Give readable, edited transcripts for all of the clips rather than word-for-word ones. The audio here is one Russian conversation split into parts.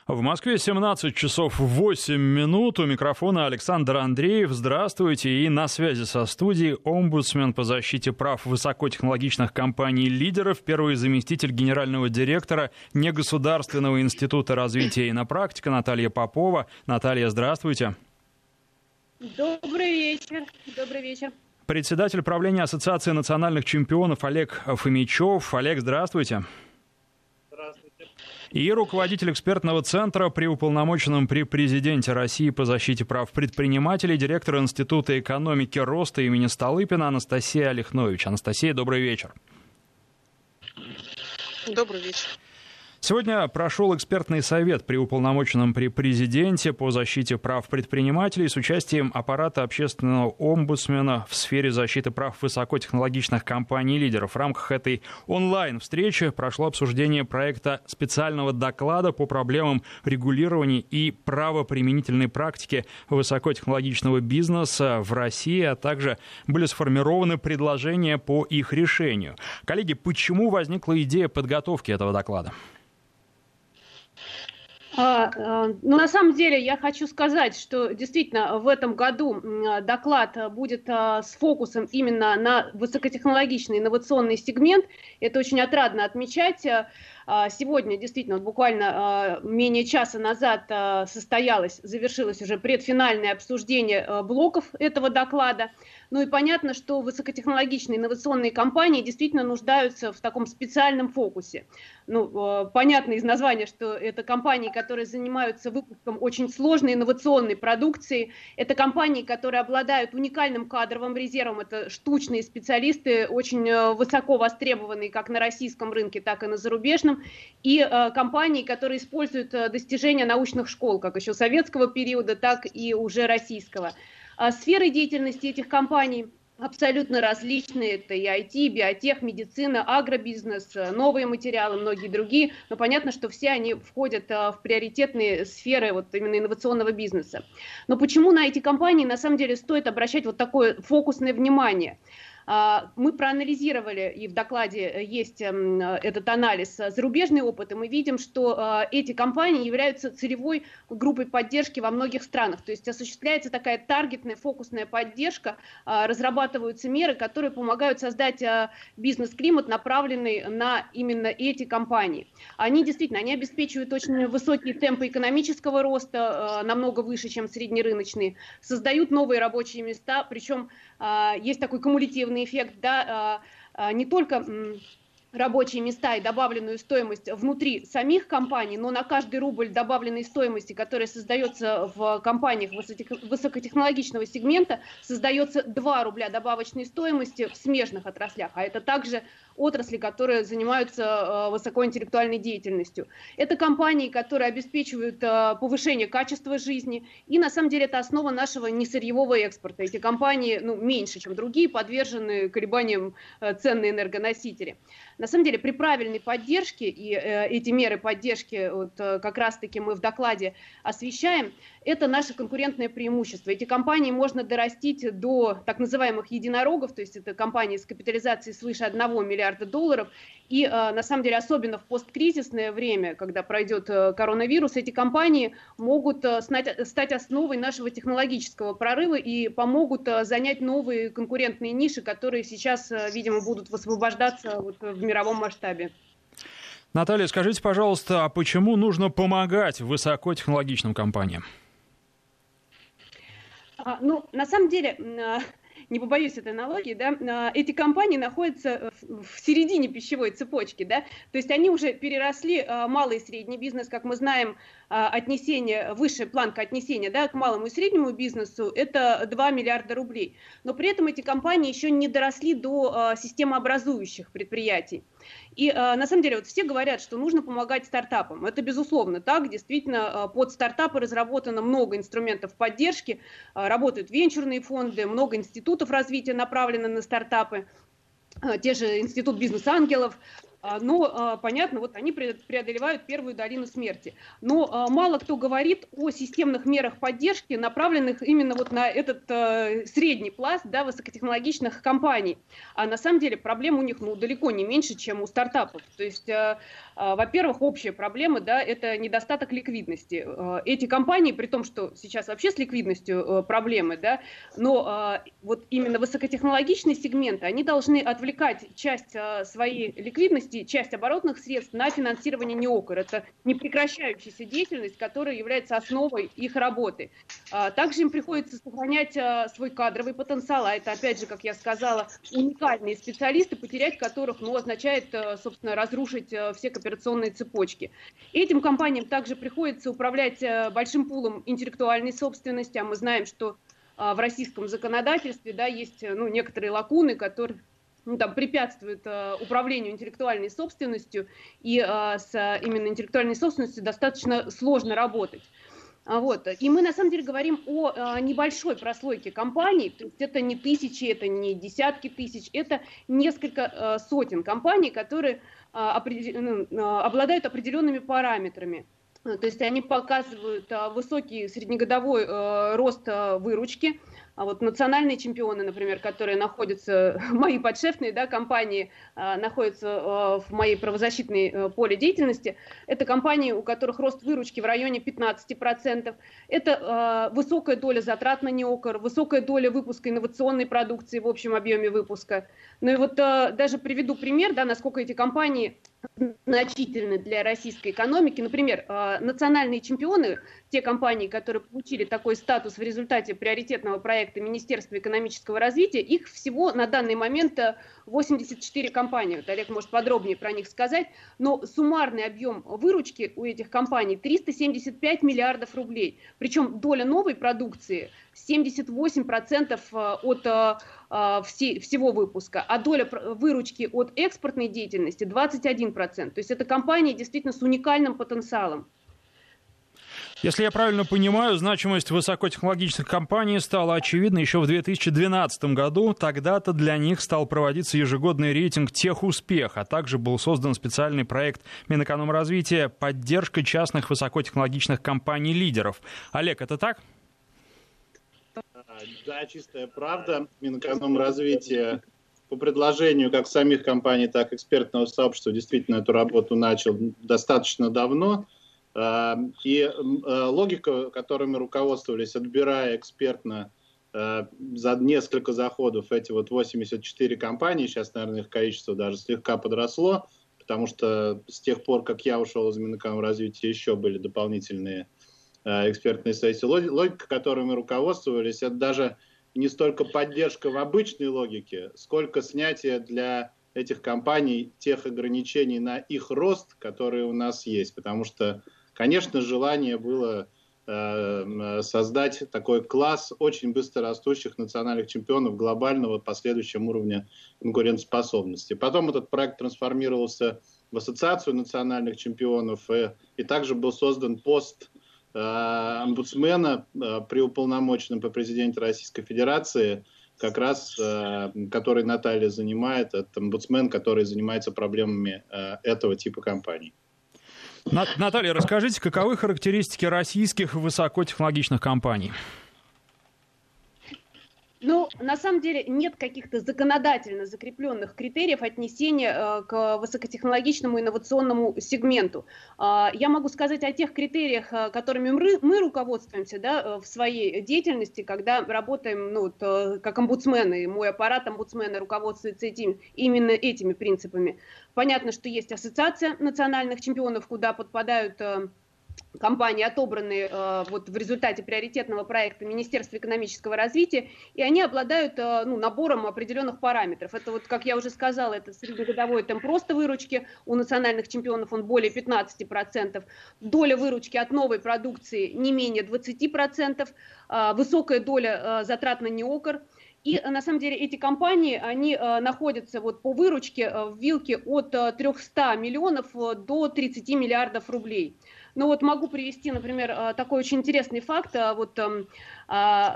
В Москве 17 часов 8 минут. У микрофона Александр Андреев. Здравствуйте. И на связи со студией омбудсмен по защите прав высокотехнологичных компаний-лидеров, первый заместитель генерального директора Негосударственного института развития инопрактика Наталья Попова. Наталья, здравствуйте. Добрый вечер. Добрый вечер. Председатель правления Ассоциации национальных чемпионов Олег Фомичев. Олег, здравствуйте. И руководитель экспертного центра при уполномоченном при президенте России по защите прав предпринимателей, директор Института экономики роста имени Столыпина Анастасия Олехнович. Анастасия, добрый вечер. Добрый вечер. Сегодня прошел экспертный совет при уполномоченном при президенте по защите прав предпринимателей с участием аппарата общественного омбудсмена в сфере защиты прав высокотехнологичных компаний-лидеров. В рамках этой онлайн-встречи прошло обсуждение проекта специального доклада по проблемам регулирования и правоприменительной практики высокотехнологичного бизнеса в России, а также были сформированы предложения по их решению. Коллеги, почему возникла идея подготовки этого доклада? На самом деле я хочу сказать, что действительно в этом году доклад будет с фокусом именно на высокотехнологичный инновационный сегмент. Это очень отрадно отмечать. Сегодня действительно буквально менее часа назад завершилось уже предфинальное обсуждение блоков этого доклада. Ну и понятно, что высокотехнологичные инновационные компании действительно нуждаются в таком специальном фокусе. Понятно из названия, что это компании, которые занимаются выпуском очень сложной инновационной продукции. Это компании, которые обладают уникальным кадровым резервом. Это штучные специалисты, очень высоко востребованные как на российском рынке, так и на зарубежном. И компании, которые используют достижения научных школ, как еще советского периода, так и уже российского. Сферы деятельности этих компаний абсолютно различные. Это и IT, биотех, медицина, агробизнес, новые материалы, многие другие. Но понятно, что все они входят в приоритетные сферы вот именно инновационного бизнеса. Но почему на эти компании на самом деле стоит обращать вот такое фокусное внимание? Мы проанализировали, и в докладе есть этот анализ, зарубежный опыт, и мы видим, что эти компании являются целевой группой поддержки во многих странах. То есть осуществляется такая таргетная, фокусная поддержка, разрабатываются меры, которые помогают создать бизнес-климат, направленный на именно эти компании. Они действительно, они обеспечивают очень высокие темпы экономического роста, намного выше, чем среднерыночные, создают новые рабочие места, причем есть такой кумулятивный эффект, да, не только рабочие места и добавленную стоимость внутри самих компаний, но на каждый рубль добавленной стоимости, которая создается в компаниях высокотехнологичного сегмента, создается 2 рубля добавочной стоимости в смежных отраслях, а это также отрасли, которые занимаются высокоинтеллектуальной деятельностью. Это компании, которые обеспечивают повышение качества жизни, и на самом деле это основа нашего несырьевого экспорта. Эти компании меньше, чем другие, подвержены колебаниям цен на энергоносители. На самом деле при правильной поддержке, и эти меры поддержки вот, как раз-таки мы в докладе освещаем, это наше конкурентное преимущество. Эти компании можно дорастить до так называемых единорогов, то есть это компании с капитализацией свыше $1 миллиарда. И на самом деле, особенно в посткризисное время, когда пройдет коронавирус, эти компании могут стать основой нашего технологического прорыва и помогут занять новые конкурентные ниши, которые сейчас, видимо, будут высвобождаться вот в мировом масштабе. Наталья, скажите, пожалуйста, а почему нужно помогать высокотехнологичным компаниям? На самом деле, не побоюсь этой аналогии, да, эти компании находятся в середине пищевой цепочки, да, то есть они уже переросли малый и средний бизнес, как мы знаем, высшая планка отнесения, да, к малому и среднему бизнесу – это 2 миллиарда рублей, но при этом эти компании еще не доросли до системообразующих предприятий. И на самом деле вот все говорят, что нужно помогать стартапам. Это безусловно так. Действительно, под стартапы разработано много инструментов поддержки. Работают венчурные фонды, много институтов развития направлено на стартапы. Те же институт бизнес-ангелов. Но, понятно, вот они преодолевают первую долину смерти. Но мало кто говорит о системных мерах поддержки, направленных именно вот на этот средний пласт, да, высокотехнологичных компаний. А на самом деле проблем у них далеко не меньше, чем у стартапов. То есть, во-первых, общая проблема, да, это недостаток ликвидности. Эти компании, при том, что сейчас вообще с ликвидностью проблемы, да, но вот именно высокотехнологичные сегменты, они должны отвлекать часть своей ликвидности, часть оборотных средств на финансирование НЕОКР. Это непрекращающаяся деятельность, которая является основой их работы. Также им приходится сохранять свой кадровый потенциал, а это, опять же, как я сказала, уникальные специалисты, потерять которых, означает, собственно, разрушить все кооперационные цепочки. Этим компаниям также приходится управлять большим пулом интеллектуальной собственности, а мы знаем, что в российском законодательстве, да, есть некоторые лакуны, которые препятствуют управлению интеллектуальной собственностью, и с именно интеллектуальной собственностью достаточно сложно работать. Вот. И мы на самом деле говорим о небольшой прослойке компаний, то есть это не тысячи, это не десятки тысяч, это несколько сотен компаний, которые обладают определенными параметрами. То есть они показывают высокий среднегодовой рост выручки. А вот национальные чемпионы, например, которые находятся, мои подшефные, да, компании, находятся в моей правозащитной поле деятельности, это компании, у которых рост выручки в районе 15%. Это высокая доля затрат на НЕОКР, высокая доля выпуска инновационной продукции в общем объеме выпуска. Ну и вот даже приведу пример, да, насколько эти компании значительны для российской экономики. Например, национальные чемпионы, те компании, которые получили такой статус в результате приоритетного проекта Министерства экономического развития, их всего на данный момент 84 компании. Вот Олег может подробнее про них сказать, но суммарный объем выручки у этих компаний 375 миллиардов рублей. Причем доля новой продукции 78% от всего выпуска, а доля выручки от экспортной деятельности 21%. То есть это компании действительно с уникальным потенциалом. Если я правильно понимаю, значимость высокотехнологичных компаний стала очевидна еще в 2012 году. Тогда-то для них стал проводиться ежегодный рейтинг «Техуспех», а также был создан специальный проект Минэкономразвития «Поддержка частных высокотехнологичных компаний-лидеров». Олег, это так? Да, чистая правда. Минэкономразвития по предложению как самих компаний, так и экспертного сообщества действительно эту работу начал достаточно давно. И логика, которой мы руководствовались, отбирая экспертно за несколько заходов эти вот 84 компании, сейчас, наверное, их количество даже слегка подросло, потому что с тех пор, как я ушел из Минэкономразвития, еще были дополнительные экспертные сессии. Логика, которой мы руководствовались, это даже не столько поддержка в обычной логике, сколько снятие для этих компаний тех ограничений на их рост, которые у нас есть, потому что, конечно, желание было создать такой класс очень быстро растущих национальных чемпионов глобального по следующему уровню конкурентоспособности. Потом этот проект трансформировался в Ассоциацию национальных чемпионов, и также был создан пост омбудсмена при уполномоченном по президенте Российской Федерации, как раз который Наталья занимает, это омбудсмен, который занимается проблемами этого типа компаний. Наталья, расскажите, каковы характеристики российских высокотехнологичных компаний? Ну, на самом деле нет каких-то законодательно закрепленных критериев отнесения к высокотехнологичному инновационному сегменту. Я могу сказать о тех критериях, которыми мы руководствуемся, да, в своей деятельности, когда работаем как омбудсмены, и мой аппарат омбудсмена руководствуется именно этими принципами. Понятно, что есть ассоциация национальных чемпионов, куда подпадают компании, отобранные вот в результате приоритетного проекта Министерства экономического развития, и они обладают набором определенных параметров. Это вот, как я уже сказала, это среднегодовой темп роста выручки, у национальных чемпионов он более 15%, доля выручки от новой продукции не менее 20%, высокая доля затрат на НЕОКР. И на самом деле эти компании, они находятся вот по выручке в вилке от 300 миллионов до 30 миллиардов рублей. Ну вот могу привести, например, такой очень интересный факт. Вот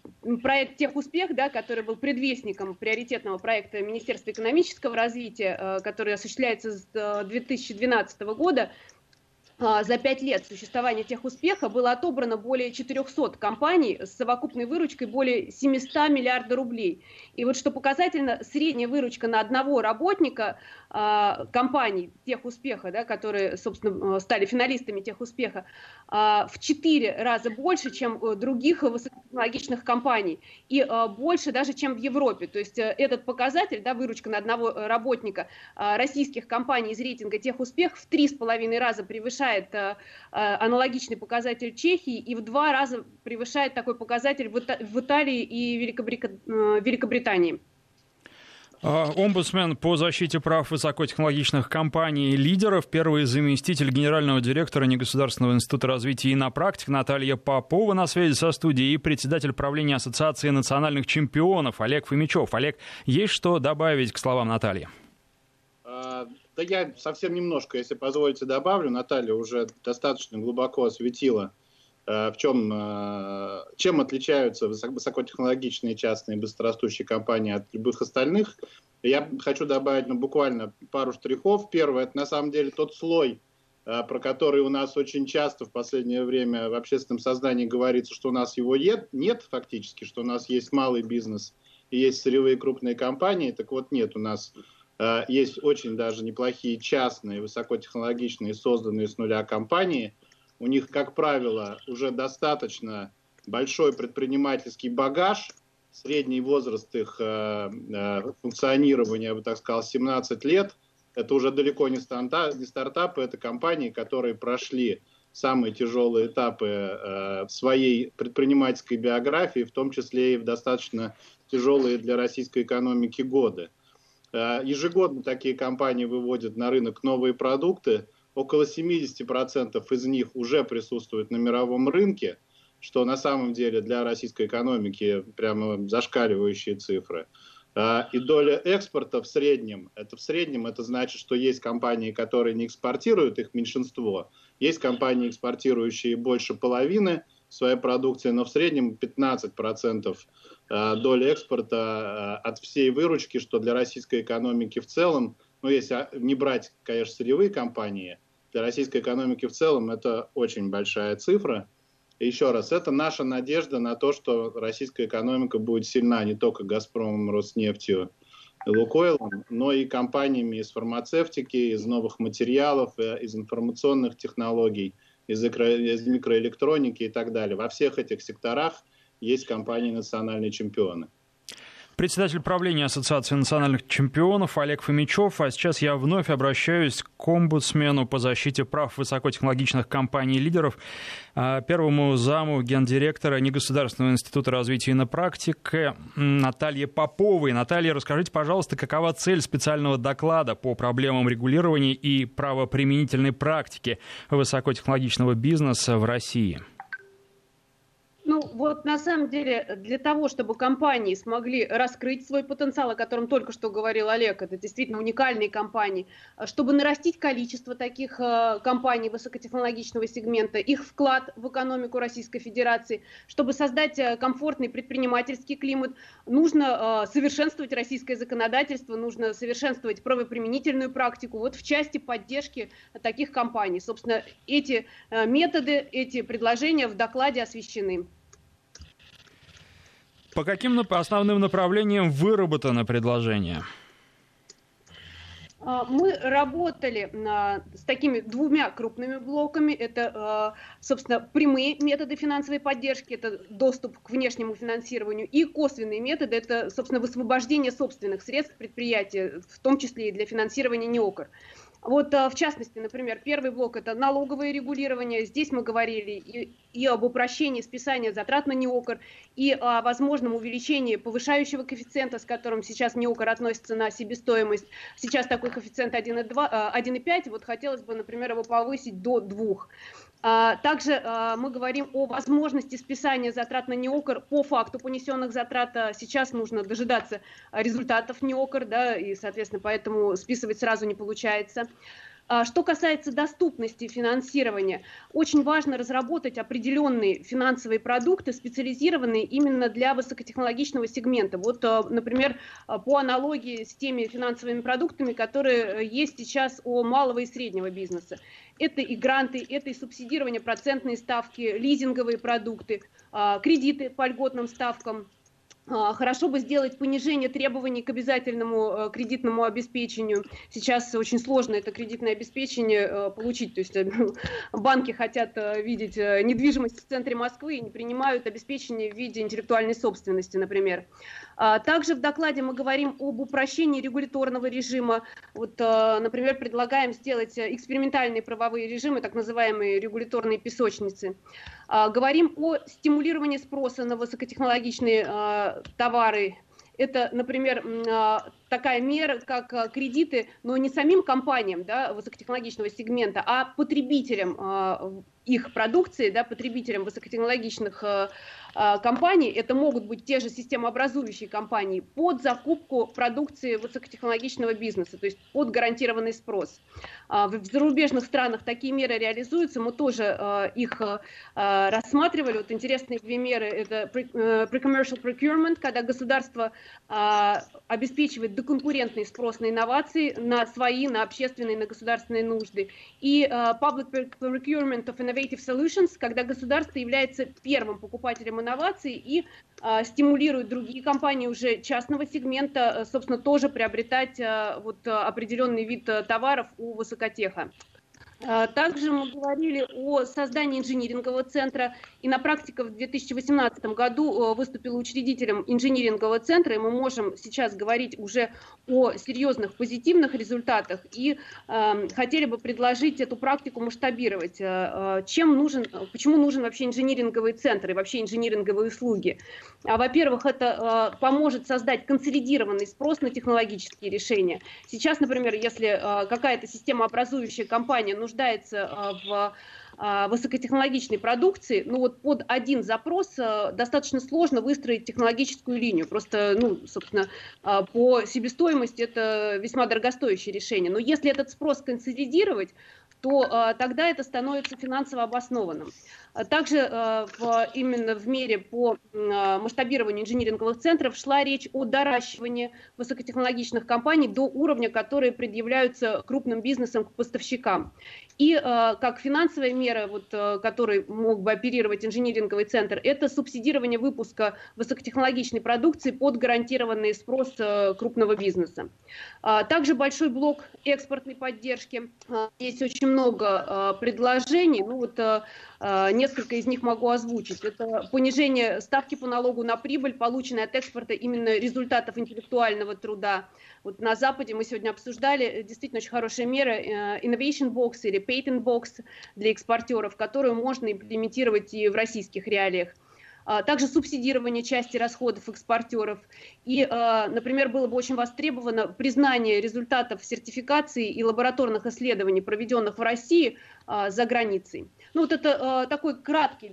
проект «Техуспех», да, который был предвестником приоритетного проекта Министерства экономического развития, который осуществляется с 2012 года, за 5 лет существования Техуспеха было отобрано более 400 компаний с совокупной выручкой более 700 миллиардов рублей. И вот что показательно, средняя выручка на одного работника компаний Техуспеха, да, которые, собственно, стали финалистами Техуспеха, в 4 раза больше, чем других высокотехнологичных компаний. И больше даже, чем в Европе. То есть этот показатель, да, выручка на одного работника российских компаний из рейтинга Техуспех в 3,5 раза превышает аналогичный показатель Чехии и в 2 раза превышает такой показатель в Италии и Великобритании. Омбудсмен по защите прав высокотехнологичных компаний и лидеров, первый заместитель генерального директора Негосударственного института развития «Иннопрактик» Наталья Попова на связи со студией и председатель правления Ассоциации национальных чемпионов Олег Фомичев. Олег, есть что добавить к словам Натальи? Да я совсем немножко, если позволите, добавлю. Наталья уже достаточно глубоко осветила, чем отличаются высокотехнологичные частные быстрорастущие компании от любых остальных. Я хочу добавить буквально пару штрихов. Первое, это на самом деле тот слой, про который у нас очень часто в последнее время в общественном сознании говорится, что у нас его нет фактически, что у нас есть малый бизнес и есть сырьевые крупные компании. Так вот, нет, у нас есть очень даже неплохие частные, высокотехнологичные, созданные с нуля компании. У них, как правило, уже достаточно большой предпринимательский багаж. Средний возраст их функционирования, я бы так сказал, 17 лет. Это уже далеко не стартапы, это компании, которые прошли самые тяжелые этапы своей предпринимательской биографии, в том числе и в достаточно тяжелые для российской экономики годы. Ежегодно такие компании выводят на рынок новые продукты. Около 70% из них уже присутствуют на мировом рынке, что на самом деле для российской экономики прямо зашкаливающие цифры. И доля экспорта в среднем, это значит, что есть компании, которые не экспортируют, их меньшинство. Есть компании, экспортирующие больше половины своей продукции, но в среднем 15% доли экспорта от всей выручки, что для российской экономики в целом, ну если не брать, конечно, сырьевые компании, для российской экономики в целом это очень большая цифра. И еще раз, это наша надежда на то, что российская экономика будет сильна не только «Газпромом», «Роснефтью» и «Лукойлом», но и компаниями из фармацевтики, из новых материалов, из информационных технологий, из микроэлектроники и так далее. Во всех этих секторах есть компании «Национальные чемпионы». Председатель правления Ассоциации национальных чемпионов Олег Фомичев. А сейчас я вновь обращаюсь к омбудсмену по защите прав высокотехнологичных компаний и лидеров, первому заму гендиректора Негосударственного института развития «Иннопрактик» Наталье Поповой. Наталья, расскажите, пожалуйста, какова цель специального доклада по проблемам регулирования и правоприменительной практики высокотехнологичного бизнеса в России? Ну, вот на самом деле для того, чтобы компании смогли раскрыть свой потенциал, о котором только что говорил Олег, это действительно уникальные компании, чтобы нарастить количество таких компаний высокотехнологичного сегмента, их вклад в экономику Российской Федерации, чтобы создать комфортный предпринимательский климат, нужно совершенствовать российское законодательство, нужно совершенствовать правоприменительную практику, вот в части поддержки таких компаний. Собственно, эти методы, эти предложения в докладе освещены. По каким основным направлениям выработано предложение? Мы работали с такими 2 крупными блоками. Это, собственно, прямые методы финансовой поддержки, это доступ к внешнему финансированию, и косвенные методы, это, собственно, высвобождение собственных средств предприятия, в том числе и для финансирования НИОКР. Вот, в частности, например, первый блок – это налоговое регулирование. Здесь мы говорили и об упрощении списания затрат на НИОКР, и о возможном увеличении повышающего коэффициента, с которым сейчас НИОКР относится на себестоимость. Сейчас такой коэффициент 1,5, вот хотелось бы, например, его повысить до 2. Также мы говорим о возможности списания затрат на НИОКР по факту понесенных затрат. Сейчас нужно дожидаться результатов НИОКР, да, и, соответственно, поэтому списывать сразу не получается. Что касается доступности финансирования, очень важно разработать определенные финансовые продукты, специализированные именно для высокотехнологичного сегмента. Вот, например, по аналогии с теми финансовыми продуктами, которые есть сейчас у малого и среднего бизнеса. Это и гранты, это и субсидирование, процентные ставки, лизинговые продукты, кредиты по льготным ставкам. Хорошо бы сделать понижение требований к обязательному кредитному обеспечению. Сейчас очень сложно это кредитное обеспечение получить. То есть банки хотят видеть недвижимость в центре Москвы и не принимают обеспечение в виде интеллектуальной собственности, например. Также в докладе мы говорим об упрощении регуляторного режима. Вот, например, предлагаем сделать экспериментальные правовые режимы, так называемые регуляторные песочницы. Говорим о стимулировании спроса на высокотехнологичные товары. Это, например, такая мера, как кредиты, но не самим компаниям, да, высокотехнологичного сегмента, а потребителям их продукции, да, потребителям высокотехнологичных компаний. Это могут быть те же системообразующие компании под закупку продукции высокотехнологичного бизнеса, то есть под гарантированный спрос. В зарубежных странах такие меры реализуются, мы тоже их рассматривали. Вот интересные две меры – это pre-commercial procurement, когда государство обеспечивает доконкурентный спрос на инновации, на свои, на общественные, на государственные нужды. И public procurement of innovative solutions, когда государство является первым покупателем инноваций и стимулирует другие компании уже частного сегмента, собственно, тоже приобретать вот определенный вид товаров у высокотеха. Также мы говорили о создании инжинирингового центра, и на практике в 2018 году выступила учредителем инжинирингового центра, и мы можем сейчас говорить уже о серьезных позитивных результатах, и хотели бы предложить эту практику масштабировать. Почему нужен вообще инжиниринговый центр и вообще инжиниринговые услуги? Во-первых, это поможет создать консолидированный спрос на технологические решения. Сейчас, например, если какая-то системообразующая компания нуждается в высокотехнологичной продукции, ну вот под один запрос достаточно сложно выстроить технологическую линию. Просто, собственно, по себестоимости это весьма дорогостоящее решение. Но если этот спрос консолидировать, то тогда это становится финансово обоснованным. Также именно в мере по масштабированию инжиниринговых центров шла речь о доращивании высокотехнологичных компаний до уровня, которые предъявляются крупным бизнесом к поставщикам. И как финансовая мера, вот, которой мог бы оперировать инжиниринговый центр, это субсидирование выпуска высокотехнологичной продукции под гарантированный спрос крупного бизнеса. Также большой блок экспортной поддержки. Есть очень много предложений. Несколько из них могу озвучить. Это понижение ставки по налогу на прибыль, полученной от экспорта именно результатов интеллектуального труда. Вот на Западе мы сегодня обсуждали действительно очень хорошая мера Innovation Box или Patent Box для экспортеров, которую можно имплементировать и в российских реалиях. Также субсидирование части расходов экспортеров. И, например, было бы очень востребовано признание результатов сертификации и лабораторных исследований, проведенных в России, за границей. Вот это такой краткий,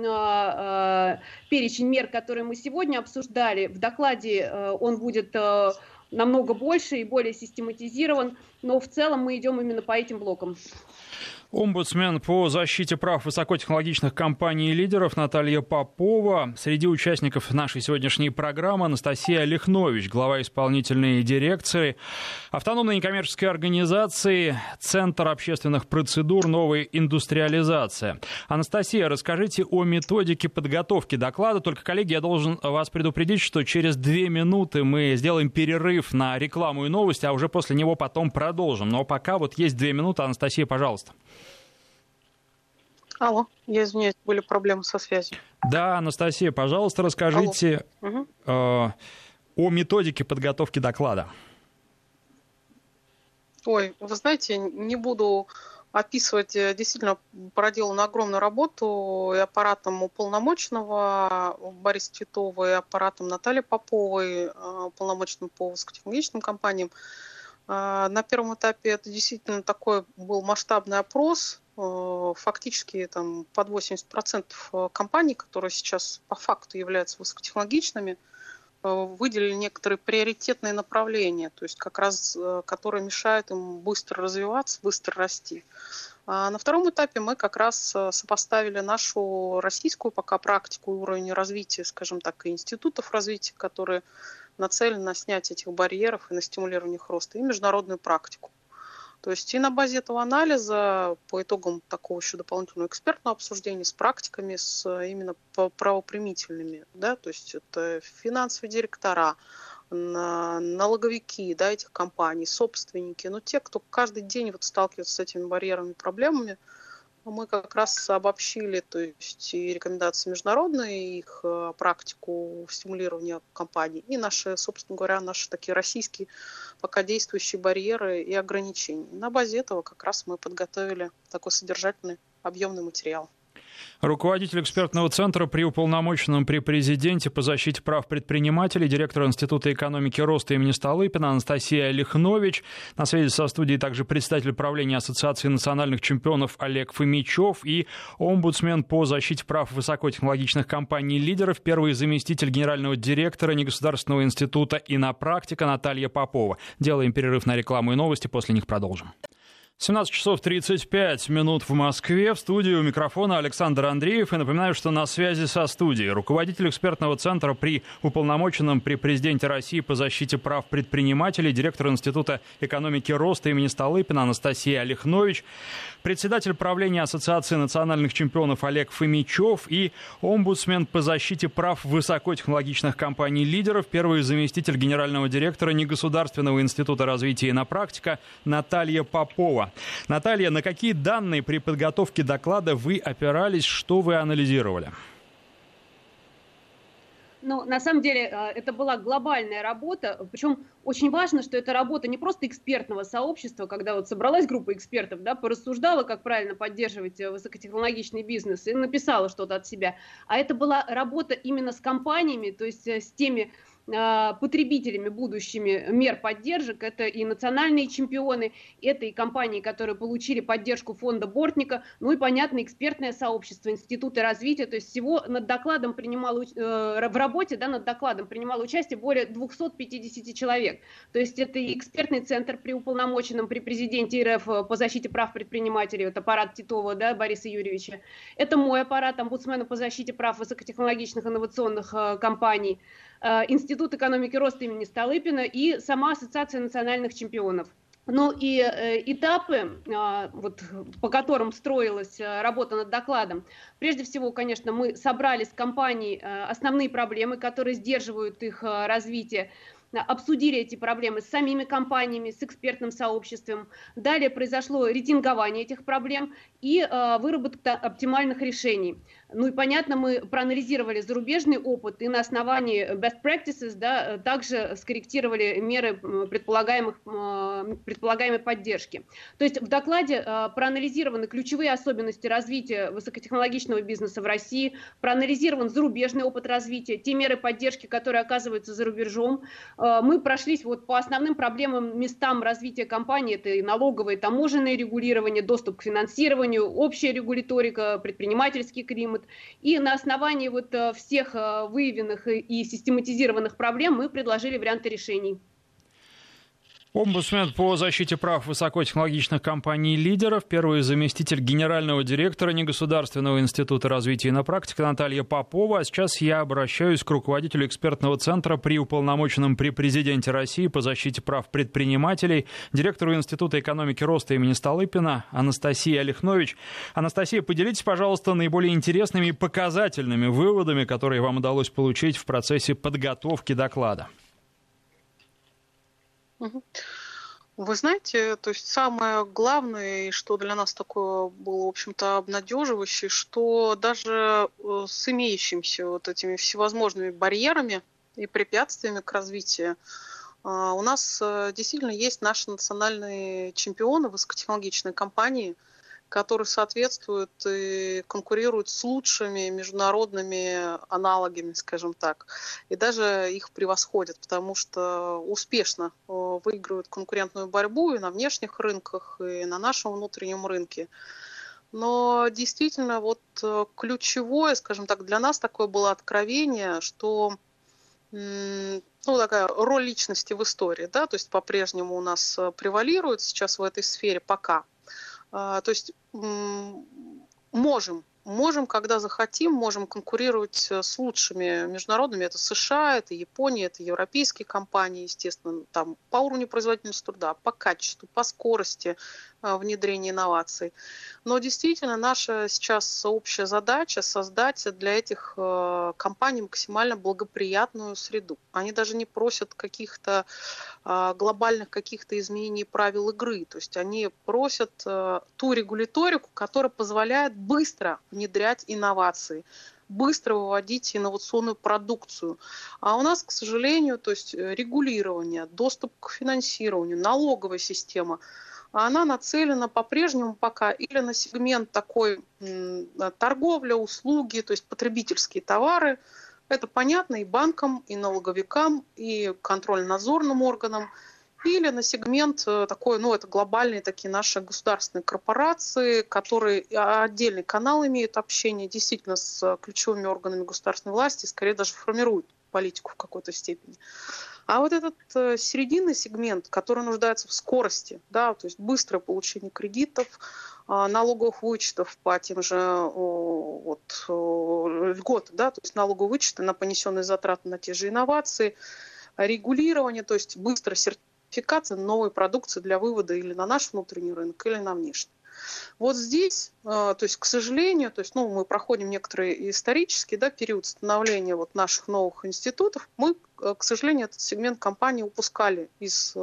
да, перечень мер, которые мы сегодня обсуждали. В докладе он будет намного больше и более систематизирован, но в целом мы идем именно по этим блокам. Омбудсмен по защите прав высокотехнологичных компаний и лидеров Наталья Попова. Среди участников нашей сегодняшней программы Анастасия Лихнович, глава исполнительной дирекции автономной некоммерческой организации «Центр общественных процедур. Новая индустриализация». Анастасия, расскажите о методике подготовки доклада. Только, коллеги, я должен вас предупредить, что через 2 минуты мы сделаем перерыв на рекламу и новости, а уже после него потом продолжим. Но пока вот есть 2 минуты. Анастасия, пожалуйста. Алло, я извиняюсь, были проблемы со связью. Да, Анастасия, пожалуйста, расскажите о методике подготовки доклада. Ой, вы знаете, не буду описывать, действительно проделанную огромную работу и аппаратом уполномоченного Бориса Титова, и аппаратом Натальи Поповой, уполномоченным по высокотехнологичным компаниям. На первом этапе это действительно такой был масштабный опрос. Фактически там, под 80% компаний, которые сейчас по факту являются высокотехнологичными, выделили некоторые приоритетные направления, то есть как раз которые мешают им быстро развиваться, быстро расти. А на втором этапе мы как раз сопоставили нашу российскую пока практику и уровень развития, скажем так, и институтов развития, которые нацелены на снятие этих барьеров и на стимулирование их роста, и международную практику. То есть и на базе этого анализа, по итогам такого еще дополнительного экспертного обсуждения с практиками, с именно правоприменительными, да, то есть это финансовые директора, налоговики, да, этих компаний, собственники, но те, кто каждый день вот сталкивается с этими барьерами, проблемами, мы как раз обобщили, то есть и рекомендации международные, и их практику стимулирования компаний, и наши, собственно говоря, наши такие российские пока действующие барьеры и ограничения. На базе этого как раз мы подготовили такой содержательный, объемный материал. Руководитель экспертного центра при уполномоченном при президенте по защите прав предпринимателей, директор Института экономики роста имени Столыпина Анастасия Олехнович. На связи со студией также председатель правления Ассоциации национальных чемпионов Олег Фомичев и омбудсмен по защите прав высокотехнологичных компаний-лидеров, первый заместитель генерального директора негосударственного института «Инопрактика» Наталья Попова. Делаем перерыв на рекламу и новости, после них продолжим. 17 часов 35 минут в Москве. В студии у микрофона Александр Андреев. И напоминаю, что на связи со студией руководитель экспертного центра при уполномоченном при президенте России по защите прав предпринимателей, директор Института экономики роста имени Столыпина Анастасия Олехнович, председатель правления Ассоциации национальных чемпионов Олег Фомичев и омбудсмен по защите прав высокотехнологичных компаний-лидеров, первый заместитель генерального директора Негосударственного института развития «Инопрактика» Наталья Попова. Наталья, на какие данные при подготовке доклада вы опирались, что вы анализировали? Ну, на самом деле, это была глобальная работа, причем очень важно, что это работа не просто экспертного сообщества, когда вот собралась группа экспертов, да, порассуждала, как правильно поддерживать высокотехнологичный бизнес и написала что-то от себя, а это была работа именно с компаниями, то есть с теми потребителями будущими мер поддержек. Это и национальные чемпионы, это и компании, которые получили поддержку фонда Бортника, ну и, понятно, экспертное сообщество, институты развития. То есть всего над докладом в работе, да, над докладом принимало участие более 250 человек. То есть это и экспертный центр при уполномоченном при президенте РФ по защите прав предпринимателей, это аппарат Титова, да, Бориса Юрьевича. Это мой аппарат, омбудсмена по защите прав высокотехнологичных инновационных компаний, Институт экономики роста имени Столыпина и сама Ассоциация национальных чемпионов. Ну и этапы, вот, по которым строилась работа над докладом. Прежде всего, конечно, мы собрали с компаний основные проблемы, которые сдерживают их развитие, обсудили эти проблемы с самими компаниями, с экспертным сообществом. Далее произошло рейтингование этих проблем и выработка оптимальных решений. Ну и, понятно, мы проанализировали зарубежный опыт и на основании best practices, да, также скорректировали меры предполагаемой поддержки. То есть в докладе проанализированы ключевые особенности развития высокотехнологичного бизнеса в России, проанализирован зарубежный опыт развития, те меры поддержки, которые оказываются за рубежом. Мы прошлись вот по основным проблемам, местам развития компании, это и налоговое, и таможенное регулирование, доступ к финансированию, общая регуляторика, предпринимательский климат. И на основании вот всех выявленных и систематизированных проблем мы предложили варианты решений. Омбудсмен по защите прав высокотехнологичных компаний-лидеров, первый заместитель генерального директора Негосударственного института развития «Инопрактика» Наталья Попова. А сейчас я обращаюсь к руководителю экспертного центра при уполномоченном при президенте России по защите прав предпринимателей, директору Института экономики роста имени Столыпина Анастасии Олехнович. Анастасия, поделитесь, пожалуйста, наиболее интересными и показательными выводами, которые вам удалось получить в процессе подготовки доклада. Вы знаете, то есть самое главное, что для нас такое было, в общем-то, обнадеживающее, что даже с имеющимися вот этими всевозможными барьерами и препятствиями к развитию у нас действительно есть наши национальные чемпионы, высокотехнологичные компании, которые соответствуют и конкурируют с лучшими международными аналогами, скажем так, и даже их превосходят, потому что успешно выигрывают конкурентную борьбу и на внешних рынках, и на нашем внутреннем рынке. Но действительно, вот ключевое, скажем так, для нас такое было откровение, что такая роль личности в истории, да, то есть по-прежнему у нас превалирует сейчас в этой сфере пока. То есть можем, когда захотим, можем конкурировать с лучшими международными. Это США, это Япония, это европейские компании, естественно, там по уровню производительности труда, по качеству, по скорости внедрения инноваций. Но действительно наша сейчас общая задача создать для этих компаний максимально благоприятную среду. Они даже не просят каких-то глобальных каких-то изменений правил игры. То есть они просят ту регуляторику, которая позволяет быстро внедрять инновации, быстро выводить инновационную продукцию. А у нас, к сожалению, то есть регулирование, доступ к финансированию, налоговая система, она нацелена по-прежнему пока или на сегмент такой торговля, услуги, то есть потребительские товары. Это понятно и банкам, и налоговикам, и контрольно-надзорным органам. Или на сегмент такой, это глобальные такие наши государственные корпорации, которые отдельный канал имеют общение действительно с ключевыми органами государственной власти, скорее даже формируют политику в какой-то степени. А вот этот серединный сегмент, который нуждается в скорости, да, то есть быстрое получение кредитов, налоговых вычетов по тем же льготы, да, то есть налоговые вычеты на понесенные затраты на те же инновации, регулирование, то есть быстрая сертификация новой продукции для вывода или на наш внутренний рынок, или на внешний. Вот здесь, то есть, к сожалению, мы проходим некоторый исторический период становления наших новых институтов, мы, к сожалению, этот сегмент компаний упускали из,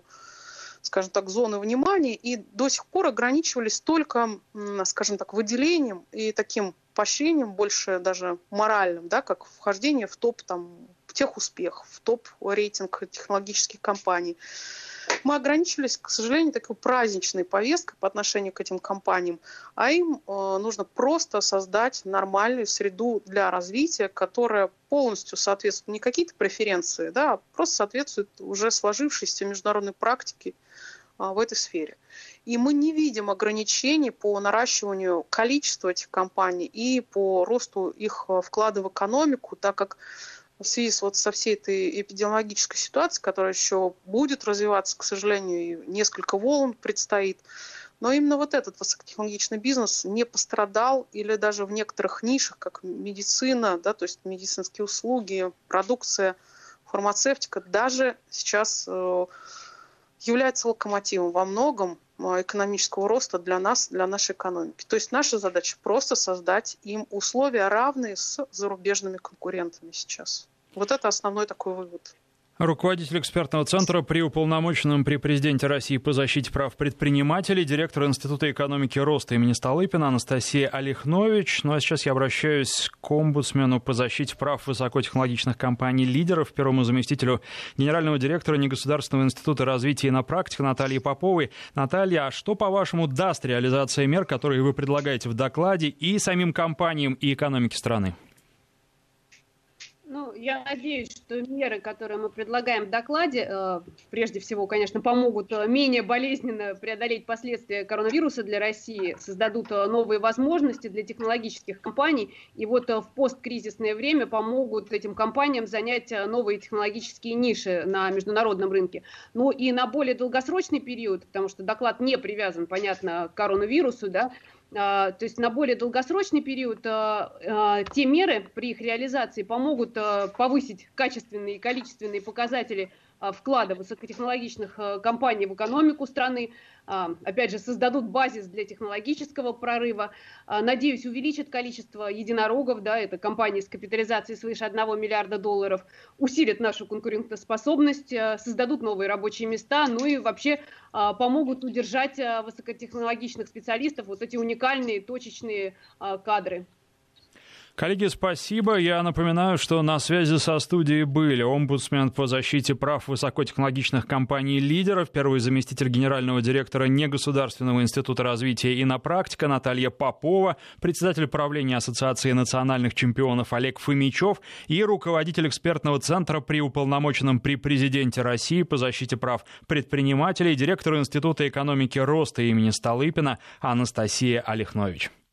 скажем так, зоны внимания и до сих пор ограничивались только, скажем так, выделением и таким поощрением, больше даже моральным, да, как вхождение в топ техуспехов, в топ-рейтинг технологических компаний. Мы ограничились, к сожалению, такой праздничной повесткой по отношению к этим компаниям, а им нужно просто создать нормальную среду для развития, которая полностью соответствует не какие-то преференции, да, а просто соответствует уже сложившейся международной практике в этой сфере. И мы не видим ограничений по наращиванию количества этих компаний и по росту их вклада в экономику, так как в связи со всей этой эпидемиологической ситуацией, которая еще будет развиваться, к сожалению, и несколько волн предстоит, но именно этот высокотехнологичный бизнес не пострадал или даже в некоторых нишах, как медицина, да, то есть медицинские услуги, продукция, фармацевтика, даже сейчас является локомотивом во многом экономического роста для нас, для нашей экономики. То есть наша задача просто создать им условия, равные с зарубежными конкурентами сейчас. Вот это основной такой вывод. Руководитель экспертного центра при уполномоченном при президенте России по защите прав предпринимателей, директор Института экономики роста имени Столыпина Анастасия Алихнович. Ну а сейчас я обращаюсь к омбудсмену по защите прав высокотехнологичных компаний-лидеров, первому заместителю генерального директора Негосударственного института развития «Иннопрактика» Наталье Поповой. Наталья, а что, по-вашему, даст реализация мер, которые вы предлагаете в докладе и самим компаниям, и экономике страны? Я надеюсь, что меры, которые мы предлагаем в докладе, прежде всего, конечно, помогут менее болезненно преодолеть последствия коронавируса для России, создадут новые возможности для технологических компаний, и в посткризисное время помогут этим компаниям занять новые технологические ниши на международном рынке. Ну и на более долгосрочный период, потому что доклад не привязан, понятно, к коронавирусу, да, то есть на более долгосрочный период те меры при их реализации помогут повысить качественные и количественные показатели вклада высокотехнологичных компаний в экономику страны, опять же, создадут базис для технологического прорыва, надеюсь, увеличат количество единорогов, да, это компании с капитализацией свыше $1 миллиарда, усилят нашу конкурентоспособность, создадут новые рабочие места, ну и вообще помогут удержать высокотехнологичных специалистов, эти уникальные точечные кадры. Коллеги, спасибо. Я напоминаю, что на связи со студией были омбудсмен по защите прав высокотехнологичных компаний-лидеров, первый заместитель генерального директора Негосударственного института развития «Иннопрактика» Наталья Попова, председатель правления Ассоциации национальных чемпионов Олег Фомичев и руководитель экспертного центра при уполномоченном при президенте России по защите прав предпринимателей, директор Института экономики роста имени Столыпина Анастасия Алихнович.